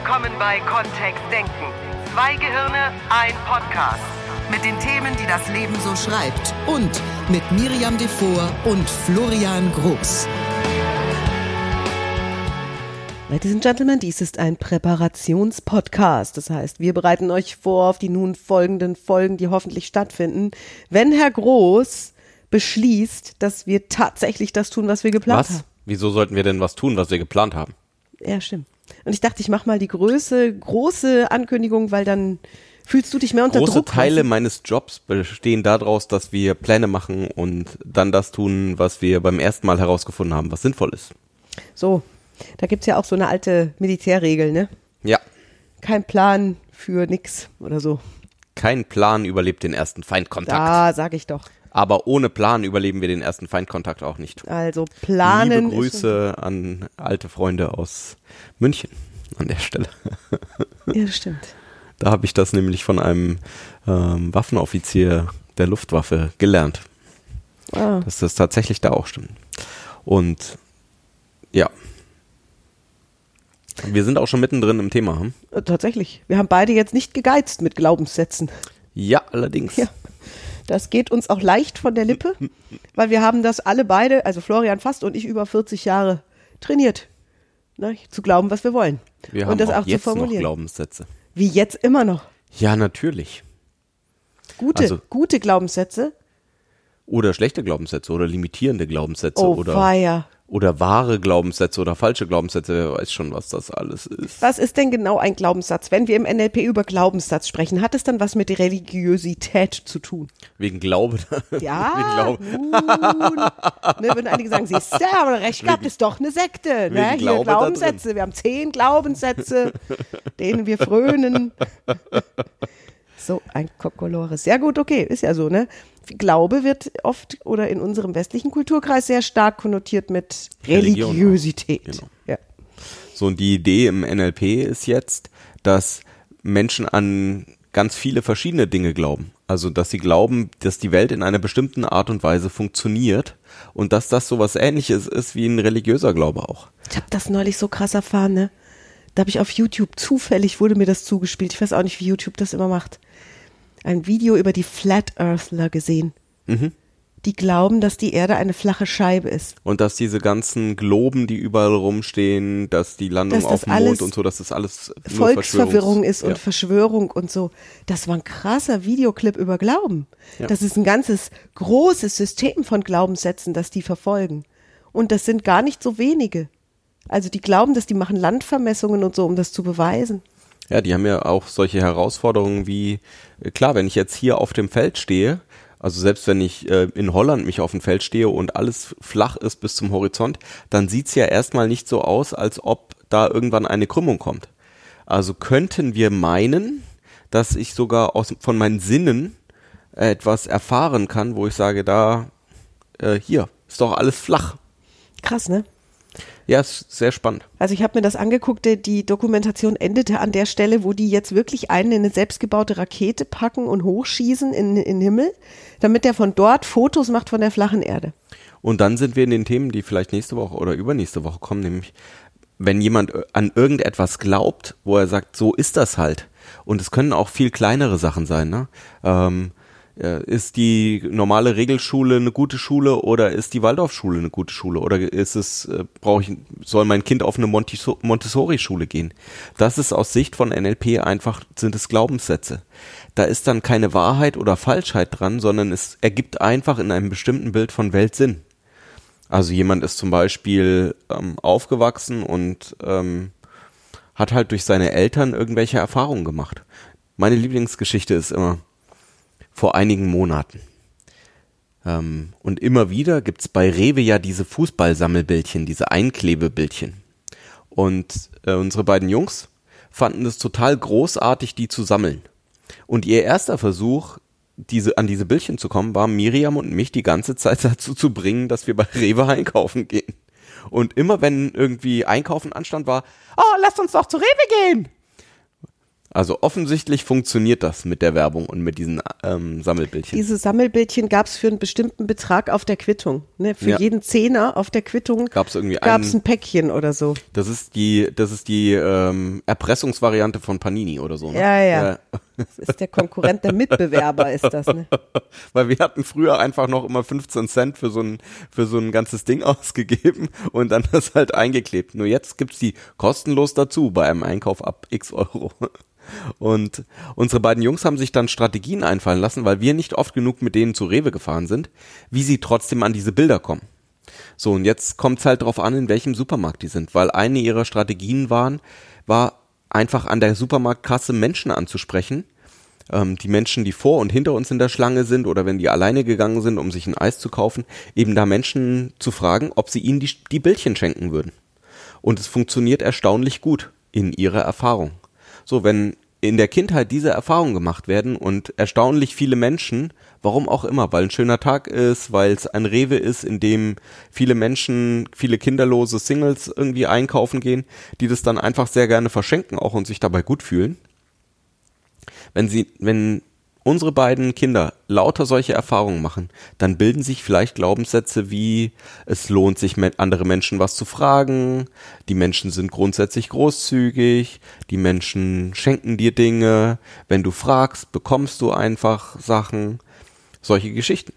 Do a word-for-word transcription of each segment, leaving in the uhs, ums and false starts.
willkommen bei Kontext Denken. Zwei Gehirne, ein Podcast. Mit den Themen, die das Leben so schreibt. Und mit Miriam Devor und Florian Groß. Ladies and Gentlemen, dies ist ein Präparationspodcast. Das heißt, wir bereiten euch vor auf die nun folgenden Folgen, die hoffentlich stattfinden, wenn Herr Groß beschließt, dass wir tatsächlich das tun, was wir geplant was? haben. Was? Wieso sollten wir denn was tun, was wir geplant haben? Ja, stimmt. Und ich dachte, ich mache mal die Größe, große Ankündigung, weil dann fühlst du dich mehr unter Große Druck. Große Teile weißt du? meines Jobs bestehen daraus, dass wir Pläne machen und dann das tun, was wir beim ersten Mal herausgefunden haben, was sinnvoll ist. So, da gibt's ja auch so eine alte Militärregel, ne? Ja. Kein Plan für nix oder so. Kein Plan überlebt den ersten Feindkontakt. Da sag ich doch. Aber ohne Plan überleben wir den ersten Feindkontakt auch nicht. Also planen. Liebe Grüße an alte Freunde aus München an der Stelle. Ja, das stimmt. Da habe ich das nämlich von einem ähm, Waffenoffizier der Luftwaffe gelernt. Ah. Dass das tatsächlich da auch stimmt. Und ja. Wir sind auch schon mittendrin im Thema. Hm? Tatsächlich. Wir haben beide jetzt nicht gegeizt mit Glaubenssätzen. Ja, allerdings. Ja. Das geht uns auch leicht von der Lippe, weil wir haben das alle beide, also Florian fast und ich über vierzig Jahre trainiert, ne, zu glauben, was wir wollen. Wir und haben das auch, auch jetzt zu formulieren. noch Glaubenssätze. Wie jetzt immer noch. Ja, natürlich. Gute, Also, gute Glaubenssätze. Oder schlechte Glaubenssätze oder limitierende Glaubenssätze Oh, oder, weia. oder wahre Glaubenssätze oder falsche Glaubenssätze. Wer weiß schon, was das alles ist. Was ist denn genau ein Glaubenssatz? Wenn wir im N L P über Glaubenssatz sprechen, hat es dann was mit Religiosität zu tun? Wegen Glaube. Ja, Wegen Glaube. nun. Ne, würden einige sagen, siehst du, aber recht gehabt, ist doch eine Sekte. Ne? Hier Glaube Glaubenssätze, wir haben zehn Glaubenssätze, denen wir frönen. So ein Kokolores. Sehr gut, okay, ist ja so, ne? Glaube wird oft oder in unserem westlichen Kulturkreis sehr stark konnotiert mit Religion. Religiosität. Genau. Ja. So, und die Idee im N L P ist jetzt, dass Menschen an ganz viele verschiedene Dinge glauben. Also, dass sie glauben, dass die Welt in einer bestimmten Art und Weise funktioniert und dass das sowas Ähnliches ist wie ein religiöser Glaube auch. Ich habe das neulich so krass erfahren, ne? Da habe ich auf YouTube, zufällig wurde mir das zugespielt, ich weiß auch nicht, wie YouTube das immer macht, ein Video über die Flat Earthler gesehen. Mhm. Die glauben, dass die Erde eine flache Scheibe ist. Und dass diese ganzen Globen, die überall rumstehen, dass die Landung Dass das auf dem alles Mond und so, dass das alles nur Volksverwirrung Verschwörungs- ist und ja. Verschwörung und so. Das war ein krasser Videoclip über Glauben. Ja. Das ist ein ganzes großes System von Glaubenssätzen, das die verfolgen. Und das sind gar nicht so wenige. Also die glauben, dass die machen Landvermessungen und so, um das zu beweisen. Ja, die haben ja auch solche Herausforderungen wie, klar, wenn ich jetzt hier auf dem Feld stehe, also selbst wenn ich äh, in Holland mich auf dem Feld stehe und alles flach ist bis zum Horizont, dann sieht's ja erstmal nicht so aus, als ob da irgendwann eine Krümmung kommt. Also könnten wir meinen, dass ich sogar aus, von meinen Sinnen äh, etwas erfahren kann, wo ich sage, da, äh, hier, ist doch alles flach. Krass, ne? Ja, ist sehr spannend. Also ich habe mir das angeguckt, die Dokumentation endete an der Stelle, wo die jetzt wirklich einen in eine selbstgebaute Rakete packen und hochschießen in, in den Himmel, damit der von dort Fotos macht von der flachen Erde. Und dann sind wir in den Themen, die vielleicht nächste Woche oder übernächste Woche kommen, nämlich wenn jemand an irgendetwas glaubt, wo er sagt, so ist das halt. Und es können auch viel kleinere Sachen sein, ne? Ähm, Ist die normale Regelschule eine gute Schule oder ist die Waldorfschule eine gute Schule oder ist es, brauche ich, soll mein Kind auf eine Montessori-Schule gehen? Das ist aus Sicht von N L P einfach, sind es Glaubenssätze. Da ist dann keine Wahrheit oder Falschheit dran, sondern es ergibt einfach in einem bestimmten Bild von Welt Sinn. Also jemand ist zum Beispiel ähm, aufgewachsen und ähm, hat halt durch seine Eltern irgendwelche Erfahrungen gemacht. Meine Lieblingsgeschichte ist immer, vor einigen Monaten. Ähm, und immer wieder gibt's bei Rewe ja diese Fußballsammelbildchen, diese Einklebebildchen. Und äh, unsere beiden Jungs fanden es total großartig, die zu sammeln. Und ihr erster Versuch, diese, an diese Bildchen zu kommen, war Miriam und mich die ganze Zeit dazu zu bringen, dass wir bei Rewe einkaufen gehen. Und immer wenn irgendwie Einkaufen anstand, war, oh, lasst uns doch zu Rewe gehen! Also offensichtlich funktioniert das mit der Werbung und mit diesen ähm, Sammelbildchen. Diese Sammelbildchen gab es für einen bestimmten Betrag auf der Quittung. Ne? Für Ja. jeden Zehner auf der Quittung Gab es irgendwie gab es einen, ein Päckchen oder so. das ist die, das ist die ähm, Erpressungsvariante von Panini oder so. Ne? Ja, ja. Das ist der Konkurrent, der Mitbewerber ist das. Ne? Weil wir hatten früher einfach noch immer fünfzehn Cent für so ein, für so ein ganzes Ding ausgegeben und dann das halt eingeklebt. Nur jetzt gibt's die kostenlos dazu bei einem Einkauf ab x Euro. Und unsere beiden Jungs haben sich dann Strategien einfallen lassen, weil wir nicht oft genug mit denen zu Rewe gefahren sind, wie sie trotzdem an diese Bilder kommen. So, und jetzt kommt's halt drauf an, in welchem Supermarkt die sind, weil eine ihrer Strategien waren, war einfach an der Supermarktkasse Menschen anzusprechen, ähm, die Menschen, die vor und hinter uns in der Schlange sind oder wenn die alleine gegangen sind, um sich ein Eis zu kaufen, eben da Menschen zu fragen, ob sie ihnen die, die Bildchen schenken würden. Und es funktioniert erstaunlich gut in ihrer Erfahrung. So, wenn in der Kindheit diese Erfahrungen gemacht werden und erstaunlich viele Menschen, warum auch immer, weil ein schöner Tag ist, weil es ein Rewe ist, in dem viele Menschen, viele kinderlose Singles irgendwie einkaufen gehen, die das dann einfach sehr gerne verschenken auch und sich dabei gut fühlen. Wenn sie, wenn unsere beiden Kinder lauter solche Erfahrungen machen, dann bilden sich vielleicht Glaubenssätze wie, es lohnt sich, andere Menschen was zu fragen, die Menschen sind grundsätzlich großzügig, die Menschen schenken dir Dinge, wenn du fragst, bekommst du einfach Sachen, solche Geschichten.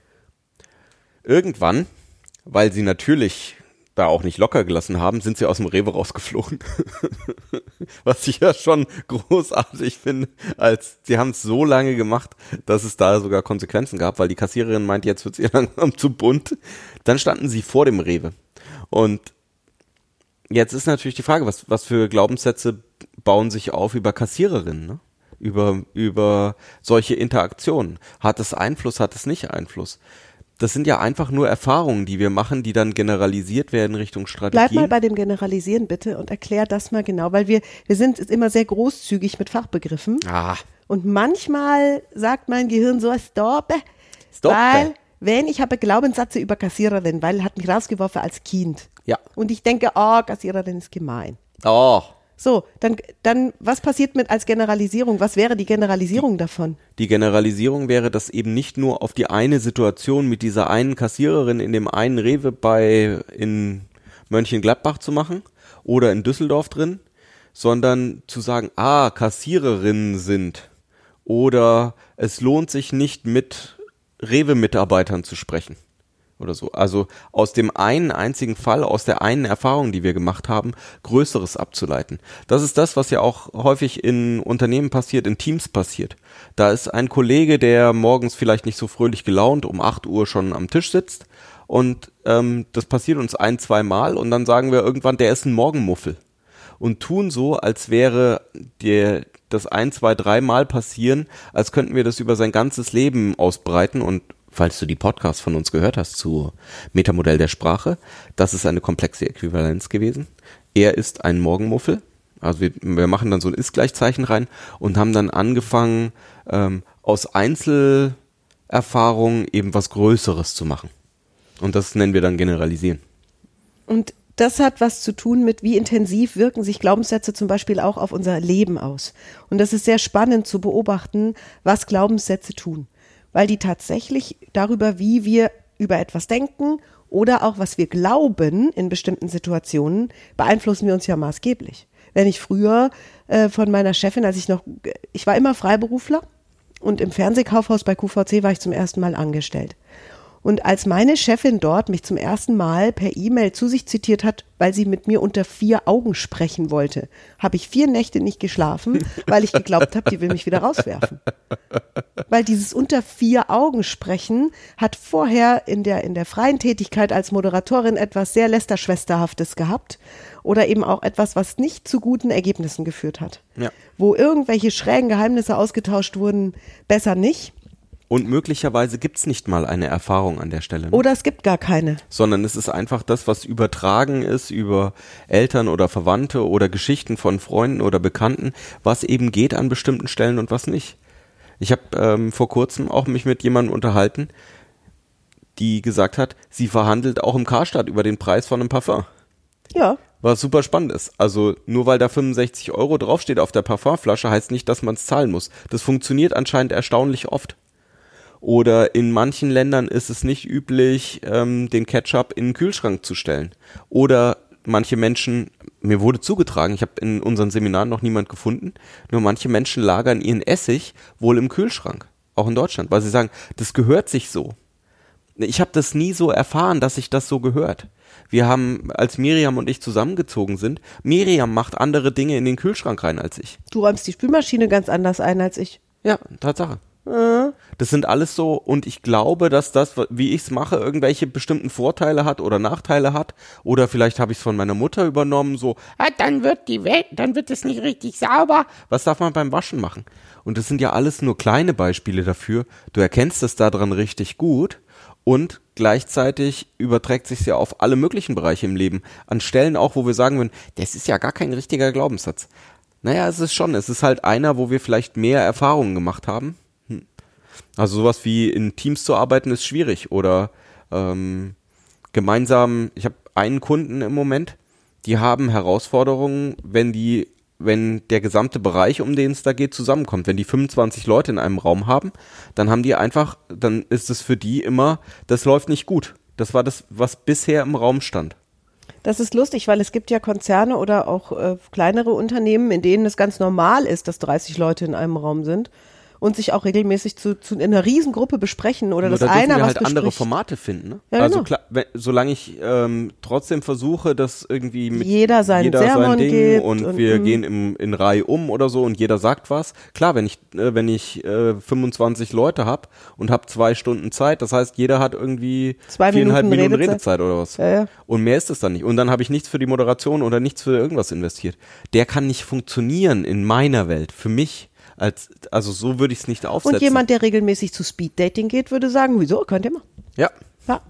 Irgendwann, weil sie natürlich da auch nicht locker gelassen haben, sind sie aus dem Rewe rausgeflogen. Was ich ja schon großartig finde, als sie haben es so lange gemacht, dass es da sogar Konsequenzen gab, weil die Kassiererin meint, jetzt wird es ihr langsam zu bunt. Dann standen sie vor dem Rewe. Und jetzt ist natürlich die Frage, was, was für Glaubenssätze bauen sich auf über Kassiererinnen, ne? Über, über solche Interaktionen. Hat es Einfluss, hat es nicht Einfluss? Das sind ja einfach nur Erfahrungen, die wir machen, die dann generalisiert werden Richtung Strategie. Bleib mal bei dem Generalisieren bitte und erklär das mal genau, weil wir, wir sind immer sehr großzügig mit Fachbegriffen. Ah. Und manchmal sagt mein Gehirn so, stoppe, Stoppe. weil, wenn ich habe Glaubenssätze über Kassiererin, weil hat mich rausgeworfen als Kind. Ja. Und ich denke, oh, Kassiererin ist gemein. Oh. So, dann, dann, was passiert mit als Generalisierung? Was wäre die Generalisierung davon? Die Generalisierung wäre, das eben nicht nur auf die eine Situation mit dieser einen Kassiererin in dem einen Rewe bei, in Mönchengladbach zu machen oder in Düsseldorf drin, sondern zu sagen, ah, Kassiererinnen sind oder es lohnt sich nicht mit Rewe-Mitarbeitern zu sprechen. Oder so. Also aus dem einen einzigen Fall, aus der einen Erfahrung, die wir gemacht haben, Größeres abzuleiten. Das ist das, was ja auch häufig in Unternehmen passiert, in Teams passiert. Da ist ein Kollege, der morgens vielleicht nicht so fröhlich gelaunt um acht Uhr schon am Tisch sitzt und ähm, das passiert uns ein, zwei Mal und dann sagen wir irgendwann, der ist ein Morgenmuffel und tun so, als wäre der das ein, zwei, drei Mal passieren, als könnten wir das über sein ganzes Leben ausbreiten und falls du die Podcasts von uns gehört hast zu Metamodell der Sprache, das ist eine komplexe Äquivalenz gewesen. Er ist ein Morgenmuffel, also wir, wir machen dann so ein Ist-Gleichzeichen rein und haben dann angefangen, ähm, aus Einzelerfahrungen eben was Größeres zu machen. Und das nennen wir dann Generalisieren. Und das hat was zu tun mit, wie intensiv wirken sich Glaubenssätze zum Beispiel auch auf unser Leben aus. Und das ist sehr spannend zu beobachten, was Glaubenssätze tun. Weil die tatsächlich darüber, wie wir über etwas denken oder auch was wir glauben in bestimmten Situationen, beeinflussen wir uns ja maßgeblich. Wenn ich früher äh, von meiner Chefin, als ich noch, ich war immer Freiberufler und im Fernsehkaufhaus bei Q V C war ich zum ersten Mal angestellt. Und als meine Chefin dort mich zum ersten Mal per E-Mail zu sich zitiert hat, weil sie mit mir unter vier Augen sprechen wollte, habe ich vier Nächte nicht geschlafen, weil ich geglaubt habe, die will mich wieder rauswerfen. Weil dieses unter vier Augen sprechen hat vorher in der, in der freien Tätigkeit als Moderatorin etwas sehr Lästerschwesterhaftes gehabt oder eben auch etwas, was nicht zu guten Ergebnissen geführt hat. Ja. Wo irgendwelche schrägen Geheimnisse ausgetauscht wurden, besser nicht. Und möglicherweise gibt's nicht mal eine Erfahrung an der Stelle. Ne? Oder es gibt gar keine. Sondern es ist einfach das, was übertragen ist über Eltern oder Verwandte oder Geschichten von Freunden oder Bekannten, was eben geht an bestimmten Stellen und was nicht. Ich habe ähm, vor kurzem auch mich mit jemandem unterhalten, die gesagt hat, sie verhandelt auch im Karstadt über den Preis von einem Parfum. Ja. Was super spannend ist. Also nur weil da fünfundsechzig Euro draufsteht auf der Parfumflasche, heißt nicht, dass man es zahlen muss. Das funktioniert anscheinend erstaunlich oft. Oder in manchen Ländern ist es nicht üblich, ähm, den Ketchup in den Kühlschrank zu stellen. Oder manche Menschen, mir wurde zugetragen, ich habe in unseren Seminaren noch niemand gefunden, nur manche Menschen lagern ihren Essig wohl im Kühlschrank, auch in Deutschland, weil sie sagen, das gehört sich so. Ich habe das nie so erfahren, dass sich das so gehört. Wir haben, als Miriam und ich zusammengezogen sind, Miriam macht andere Dinge in den Kühlschrank rein als ich. Du räumst die Spülmaschine ganz anders ein als ich. Ja, Tatsache. Das sind alles so, und ich glaube, dass das, wie ich es mache, irgendwelche bestimmten Vorteile hat oder Nachteile hat. Oder vielleicht habe ich es von meiner Mutter übernommen, so, ah, dann wird die Welt, dann wird es nicht richtig sauber. Was darf man beim Waschen machen? Und das sind ja alles nur kleine Beispiele dafür. Du erkennst es daran richtig gut und gleichzeitig überträgt sich ja auf alle möglichen Bereiche im Leben. An Stellen auch, wo wir sagen würden, das ist ja gar kein richtiger Glaubenssatz. Naja, es ist schon, es ist halt einer, wo wir vielleicht mehr Erfahrungen gemacht haben. Also sowas wie in Teams zu arbeiten ist schwierig oder ähm, gemeinsam, ich habe einen Kunden im Moment, die haben Herausforderungen, wenn die, wenn der gesamte Bereich, um den es da geht, zusammenkommt. Wenn die fünfundzwanzig Leute in einem Raum haben, dann haben die einfach, dann ist es für die immer, das läuft nicht gut. Das war das, was bisher im Raum stand. Das ist lustig, weil es gibt ja Konzerne oder auch äh, kleinere Unternehmen, in denen es ganz normal ist, dass dreißig Leute in einem Raum sind. Und sich auch regelmäßig zu, zu in einer Riesengruppe besprechen oder Nur dass da dürfen einer wir was halt bespricht. andere Formate finden. Ne? Ja, also genau. klar, wenn, solange ich ähm, trotzdem versuche, dass irgendwie mit Jeder sein jeder Sermon sein Ding gibt und, und, wir mm. gehen im, in Reihe um oder so und jeder sagt was. Klar, wenn ich äh, wenn ich äh, fünfundzwanzig Leute habe und habe zwei Stunden Zeit, das heißt, jeder hat irgendwie Zwei viereinhalb Minuten Minuten Redezeit. Redezeit oder was. Ja, ja. Und mehr ist es dann nicht. Und dann habe ich nichts für die Moderation oder nichts für irgendwas investiert. Der kann nicht funktionieren in meiner Welt, für mich. Als, also so würde ich es nicht aufsetzen. Und jemand, der regelmäßig zu Speeddating geht, würde sagen, wieso, könnt ihr mal. Ja. Ja.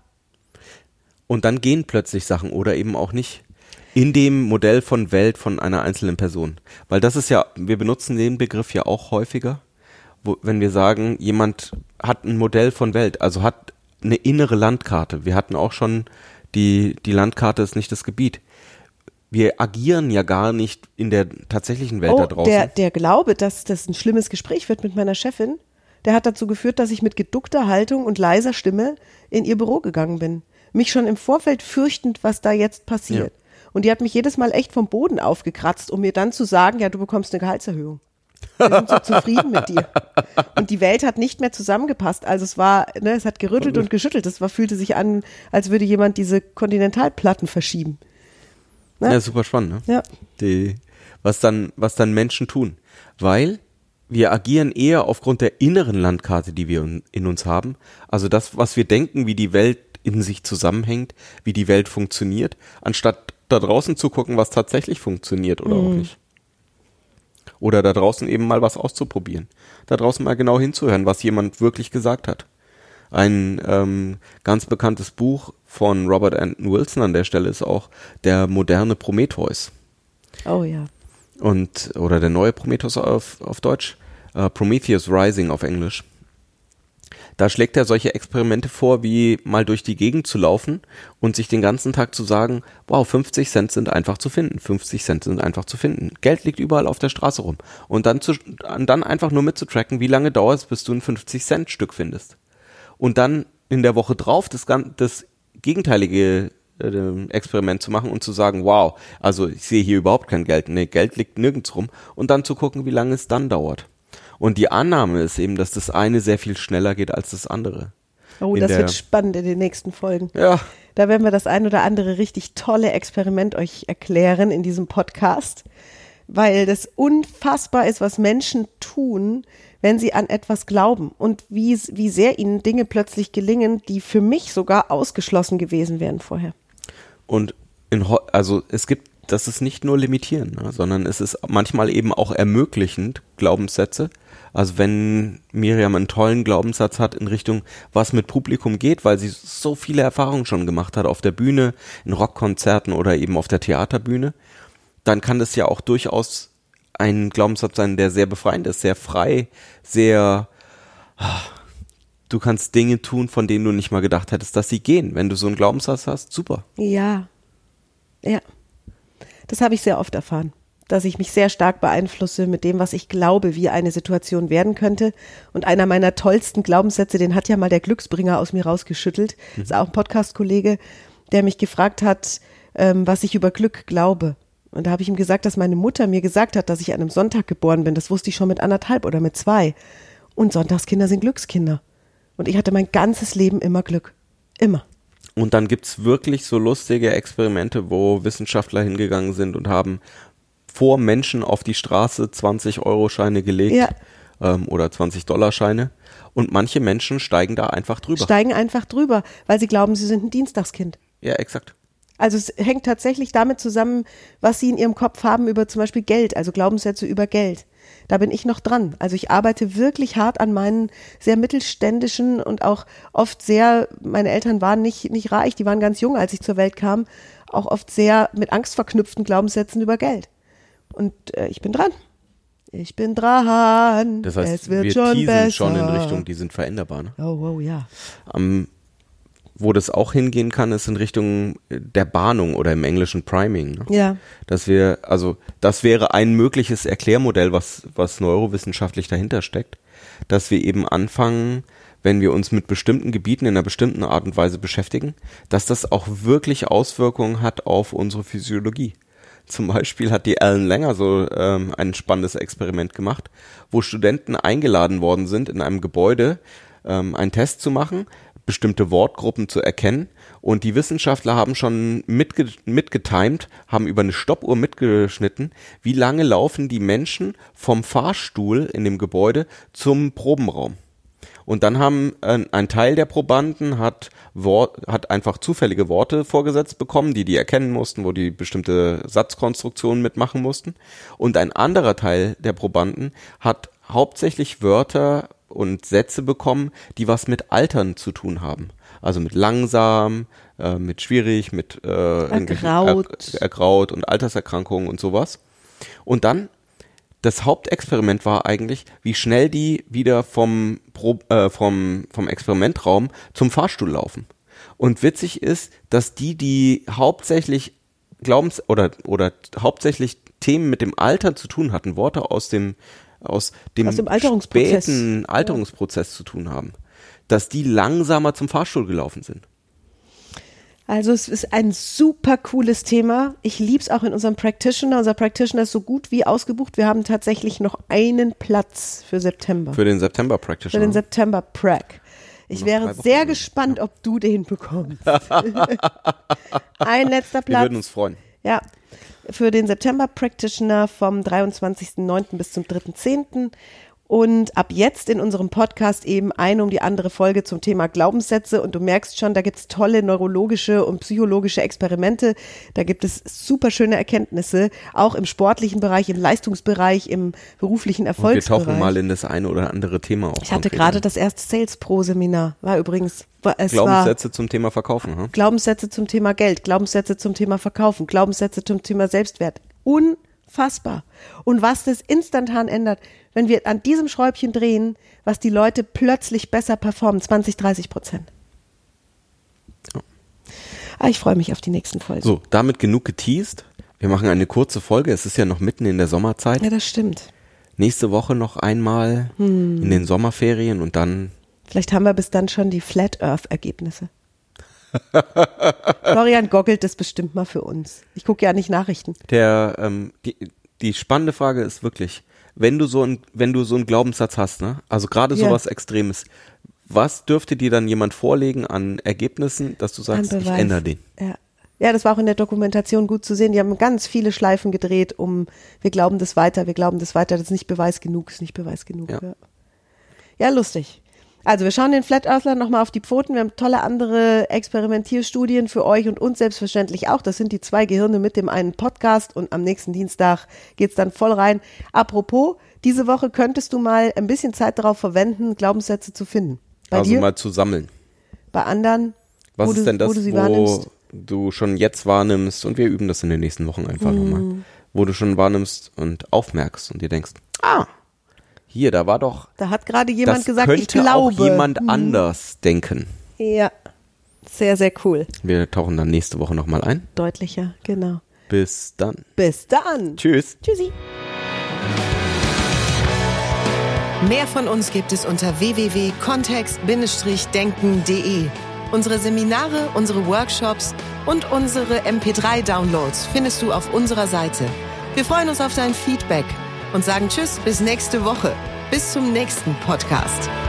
Und dann gehen plötzlich Sachen oder eben auch nicht. In dem Modell von Welt von einer einzelnen Person. Weil das ist ja, wir benutzen den Begriff ja auch häufiger, wo, wenn wir sagen, jemand hat ein Modell von Welt, also hat eine innere Landkarte. Wir hatten auch schon, die, die Landkarte ist nicht das Gebiet. Wir agieren ja gar nicht in der tatsächlichen Welt Oh, da draußen. der, der Glaube, dass das ein schlimmes Gespräch wird mit meiner Chefin, der hat dazu geführt, dass ich mit geduckter Haltung und leiser Stimme in ihr Büro gegangen bin. Mich schon im Vorfeld fürchtend, was da jetzt passiert. Ja. Und die hat mich jedes Mal echt vom Boden aufgekratzt, um mir dann zu sagen, ja, du bekommst eine Gehaltserhöhung. Wir sind so zufrieden mit dir. Und die Welt hat nicht mehr zusammengepasst. Also es war, ne, es hat gerüttelt und geschüttelt. Es war, fühlte sich an, als würde jemand diese Kontinentalplatten verschieben. Ne? Ja, super spannend, ne? Ja. Die, was dann, was dann Menschen tun. Weil wir agieren eher aufgrund der inneren Landkarte, die wir in uns haben. Also das, was wir denken, wie die Welt in sich zusammenhängt, wie die Welt funktioniert, anstatt da draußen zu gucken, was tatsächlich funktioniert oder mhm. auch nicht. Oder da draußen eben mal was auszuprobieren. Da draußen mal genau hinzuhören, was jemand wirklich gesagt hat. Ein ähm, ganz bekanntes Buch von Robert Anton Wilson an der Stelle ist auch der moderne Prometheus. Oh ja. Und, oder der neue Prometheus auf, auf Deutsch, äh, Prometheus Rising auf Englisch. Da schlägt er solche Experimente vor, wie mal durch die Gegend zu laufen und sich den ganzen Tag zu sagen, wow, fünfzig Cent sind einfach zu finden, fünfzig Cent sind einfach zu finden. Geld liegt überall auf der Straße rum. Und dann, zu, dann einfach nur mitzutracken, wie lange dauert es, bis du ein fünfzig Cent Stück findest. Und dann in der Woche drauf das, das gegenteilige äh, Experiment zu machen und zu sagen, wow, also ich sehe hier überhaupt kein Geld, nee, Geld liegt nirgends rum, und dann zu gucken, wie lange es dann dauert. Und die Annahme ist eben, dass das eine sehr viel schneller geht als das andere. Oh, in das der, wird spannend in den nächsten Folgen. Ja. Da werden wir das ein oder andere richtig tolle Experiment euch erklären in diesem Podcast, weil das unfassbar ist, was Menschen tun, wenn sie an etwas glauben und wie, wie sehr ihnen Dinge plötzlich gelingen, die für mich sogar ausgeschlossen gewesen wären vorher. Und in, also es gibt, das ist nicht nur limitierend, ne, sondern es ist manchmal eben auch ermöglichend, Glaubenssätze. Also wenn Miriam einen tollen Glaubenssatz hat in Richtung, was mit Publikum geht, weil sie so viele Erfahrungen schon gemacht hat auf der Bühne, in Rockkonzerten oder eben auf der Theaterbühne, dann kann das ja auch durchaus ein Glaubenssatz sein, der sehr befreiend ist, sehr frei, sehr, du kannst Dinge tun, von denen du nicht mal gedacht hättest, dass sie gehen. Wenn du so einen Glaubenssatz hast, super. Ja, ja. Das habe ich sehr oft erfahren, dass ich mich sehr stark beeinflusse mit dem, was ich glaube, wie eine Situation werden könnte. Und einer meiner tollsten Glaubenssätze, den hat ja mal der Glücksbringer aus mir rausgeschüttelt, mhm. ist auch ein Podcast-Kollege, der mich gefragt hat, ähm, was ich über Glück glaube. Und da habe ich ihm gesagt, dass meine Mutter mir gesagt hat, dass ich an einem Sonntag geboren bin. Das wusste ich schon mit anderthalb oder mit zwei. Und Sonntagskinder sind Glückskinder. Und ich hatte mein ganzes Leben immer Glück. Immer. Und dann gibt's wirklich so lustige Experimente, wo Wissenschaftler hingegangen sind und haben vor Menschen auf die Straße zwanzig-Euro-Scheine gelegt, ja. ähm, oder zwanzig-Dollar-Scheine. Und manche Menschen steigen da einfach drüber. Steigen einfach drüber, weil sie glauben, sie sind ein Dienstagskind. Ja, exakt. Also es hängt tatsächlich damit zusammen, was sie in ihrem Kopf haben über zum Beispiel Geld, also Glaubenssätze über Geld. Da bin ich noch dran. Also ich arbeite wirklich hart an meinen sehr mittelständischen und auch oft sehr, meine Eltern waren nicht, nicht reich, die waren ganz jung, als ich zur Welt kam, auch oft sehr mit Angst verknüpften Glaubenssätzen über Geld. Und äh, ich bin dran. Ich bin dran. Das heißt, es wird wir schon teasen besser. schon in Richtung, die sind veränderbar. Ne? Oh, oh, ja. Um, wo das auch hingehen kann, ist in Richtung der Bahnung oder im Englischen Priming. Ne? Ja. Dass wir, also das wäre ein mögliches Erklärmodell, was, was neurowissenschaftlich dahinter steckt, dass wir eben anfangen, wenn wir uns mit bestimmten Gebieten in einer bestimmten Art und Weise beschäftigen, dass das auch wirklich Auswirkungen hat auf unsere Physiologie. Zum Beispiel hat die Ellen Langer so ähm, ein spannendes Experiment gemacht, wo Studenten eingeladen worden sind, in einem Gebäude ähm, einen Test zu machen, bestimmte Wortgruppen zu erkennen, und die Wissenschaftler haben schon mitge mitgetimt, haben über eine Stoppuhr mitgeschnitten, wie lange laufen die Menschen vom Fahrstuhl in dem Gebäude zum Probenraum. Und dann haben äh, ein Teil der Probanden hat, Wort, hat einfach zufällige Worte vorgesetzt bekommen, die die erkennen mussten, wo die bestimmte Satzkonstruktionen mitmachen mussten. Und ein anderer Teil der Probanden hat hauptsächlich Wörter und Sätze bekommen, die was mit Altern zu tun haben. Also mit langsam, äh, mit schwierig, mit äh, ergraut. Er, ergraut und Alterserkrankungen und sowas. Und dann, das Hauptexperiment war eigentlich, wie schnell die wieder vom, Pro, äh, vom, vom Experimentraum zum Fahrstuhl laufen. Und witzig ist, dass die, die hauptsächlich Glaubens- oder, oder hauptsächlich Themen mit dem Alter zu tun hatten, Worte aus dem aus dem, aus dem Alterungsprozess. späten Alterungsprozess ja. zu tun haben, dass die langsamer zum Fahrstuhl gelaufen sind. Also es ist ein super cooles Thema. Ich liebe es auch in unserem Practitioner. Unser Practitioner ist so gut wie ausgebucht. Wir haben tatsächlich noch einen Platz für September. Für den September Practitioner. Für den September Prac. Ich wäre sehr gespannt, ja. ob du den bekommst. Ein letzter Platz. Wir würden uns freuen. Ja. Für den September Practitioner vom dreiundzwanzigsten neunten bis zum dritten zehnten Und ab jetzt in unserem Podcast eben eine um die andere Folge zum Thema Glaubenssätze. Und du merkst schon, da gibt es tolle neurologische und psychologische Experimente. Da gibt es super schöne Erkenntnisse, auch im sportlichen Bereich, im Leistungsbereich, im beruflichen Erfolgsbereich. Und wir tauchen mal in das eine oder andere Thema auf. Ich hatte gerade das erste Sales Pro Seminar, war übrigens es Glaubenssätze war zum Thema Verkaufen. Hm? Glaubenssätze zum Thema Geld, Glaubenssätze zum Thema Verkaufen, Glaubenssätze zum Thema Selbstwert. Unfassbar. Und was das instantan ändert, wenn wir an diesem Schräubchen drehen, was die Leute plötzlich besser performen, zwanzig, dreißig Prozent. Ja. Ah, ich freue mich auf die nächsten Folgen. So, damit genug geteased. Wir machen eine kurze Folge. Es ist ja noch mitten in der Sommerzeit. Ja, das stimmt. Nächste Woche noch einmal hm. in den Sommerferien und dann... Vielleicht haben wir bis dann schon die Flat Earth Ergebnisse. Florian goggelt das bestimmt mal für uns. Ich gucke ja nicht Nachrichten. Der, ähm, die, die spannende Frage ist wirklich, wenn du so ein, wenn du so einen Glaubenssatz hast, ne, also gerade ja. sowas Extremes, was dürfte dir dann jemand vorlegen an Ergebnissen, dass du sagst, ich ändere den? Ja. Ja, das war auch in der Dokumentation gut zu sehen. Die haben ganz viele Schleifen gedreht, um, wir glauben das weiter, wir glauben das weiter, das ist nicht Beweis genug, ist nicht Beweis genug. Ja, ja. ja lustig. Also wir schauen den Flat Earthler nochmal auf die Pfoten. Wir haben tolle andere Experimentierstudien für euch und uns selbstverständlich auch. Das sind die zwei Gehirne mit dem einen Podcast und am nächsten Dienstag geht's dann voll rein. Apropos, diese Woche könntest du mal ein bisschen Zeit darauf verwenden, Glaubenssätze zu finden. Bei also dir? mal zu sammeln. Bei anderen? Was wo ist du, denn das, wo du sie wo wahrnimmst? du schon jetzt wahrnimmst, und wir üben das in den nächsten Wochen einfach mm. nochmal, wo du schon wahrnimmst und aufmerkst und dir denkst, ah, hier, da war doch, da hat gerade jemand das gesagt, ich könnte glaube. auch jemand hm. anders denken. Ja, sehr, sehr cool. Wir tauchen dann nächste Woche nochmal ein. Deutlicher, genau. Bis dann. Bis dann. Tschüss. Tschüssi. Mehr von uns gibt es unter w w w punkt kontext Bindestrich denken punkt d e. Unsere Seminare, unsere Workshops und unsere M P drei Downloads findest du auf unserer Seite. Wir freuen uns auf dein Feedback und sagen Tschüss bis nächste Woche. Bis zum nächsten Podcast.